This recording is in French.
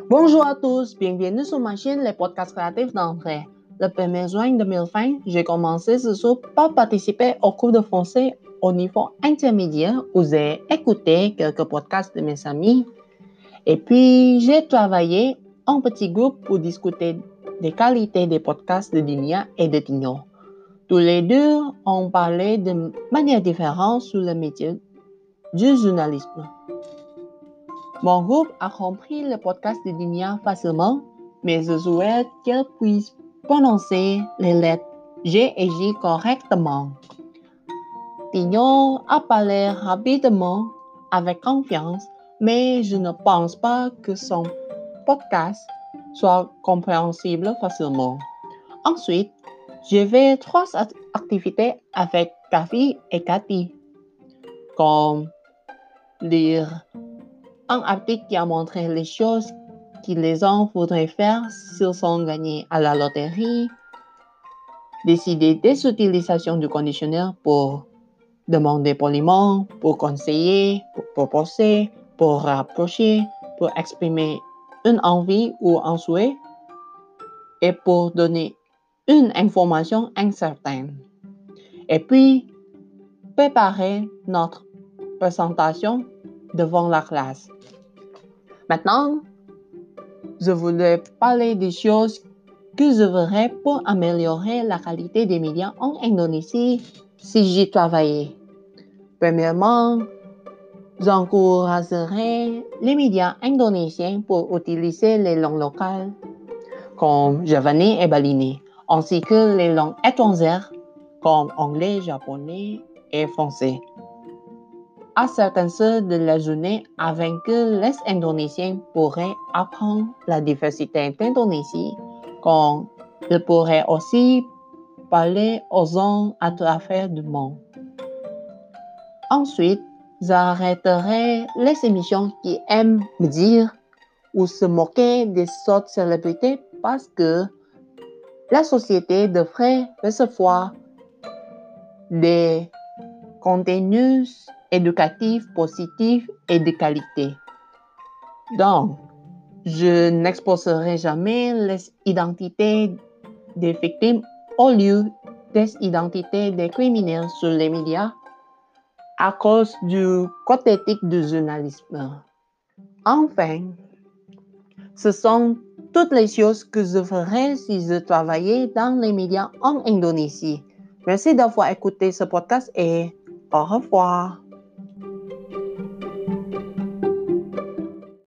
Bonjour à tous, bienvenue sur ma chaîne Les Podcasts Créatifs d'André. Le 1er juin 2020, j'ai commencé ce jour par participer au cours de français au niveau intermédiaire où j'ai écouté quelques podcasts de mes amis. Et puis, j'ai travaillé en petit groupe pour discuter des qualités des podcasts de Dinia et de Tino. Tous les deux ont parlé de manière différente sur le métier du journalisme. Mon groupe a compris le podcast de Dinia facilement, mais je souhaite qu'elle puisse prononcer les lettres G et J correctement. Tino a parlé rapidement, avec confiance, mais je ne pense pas que son podcast soit compréhensible facilement. Ensuite, j'ai fait 3 activités avec Kafi et Cathy, comme lire un article qui a montré les choses que les gens voudraient faire s'ils sont gagnés à la loterie, décider des utilisations du conditionnel pour demander poliment, pour conseiller, pour proposer, pour rapprocher, pour exprimer une envie ou un souhait et pour donner une information incertaine. Et puis, préparer notre présentation devant la classe. Maintenant, je voulais parler des choses que je ferais pour améliorer la qualité des médias en Indonésie si j'y travaillais. Premièrement, j'encouragerais les médias indonésiens pour utiliser les langues locales, comme javanais et balinais, ainsi que les langues étrangères, comme anglais, japonais et français. À certaines heures de la journée, afin que les Indonésiens pourraient apprendre la diversité d'Indonésie, comme ils pourraient aussi parler aux gens à travers le monde. Ensuite, j'arrêterai les émissions qui aiment me dire ou se moquer des autres célébrités parce que la société devrait recevoir des contenus éducatifs, positifs et de qualité. Donc, je n'exposerai jamais les identités des victimes au lieu des identités des criminels sur les médias à cause du code éthique du journalisme. Enfin, ce sont toutes les choses que je ferais si je travaillais dans les médias en Indonésie. Merci d'avoir écouté ce podcast et au revoir.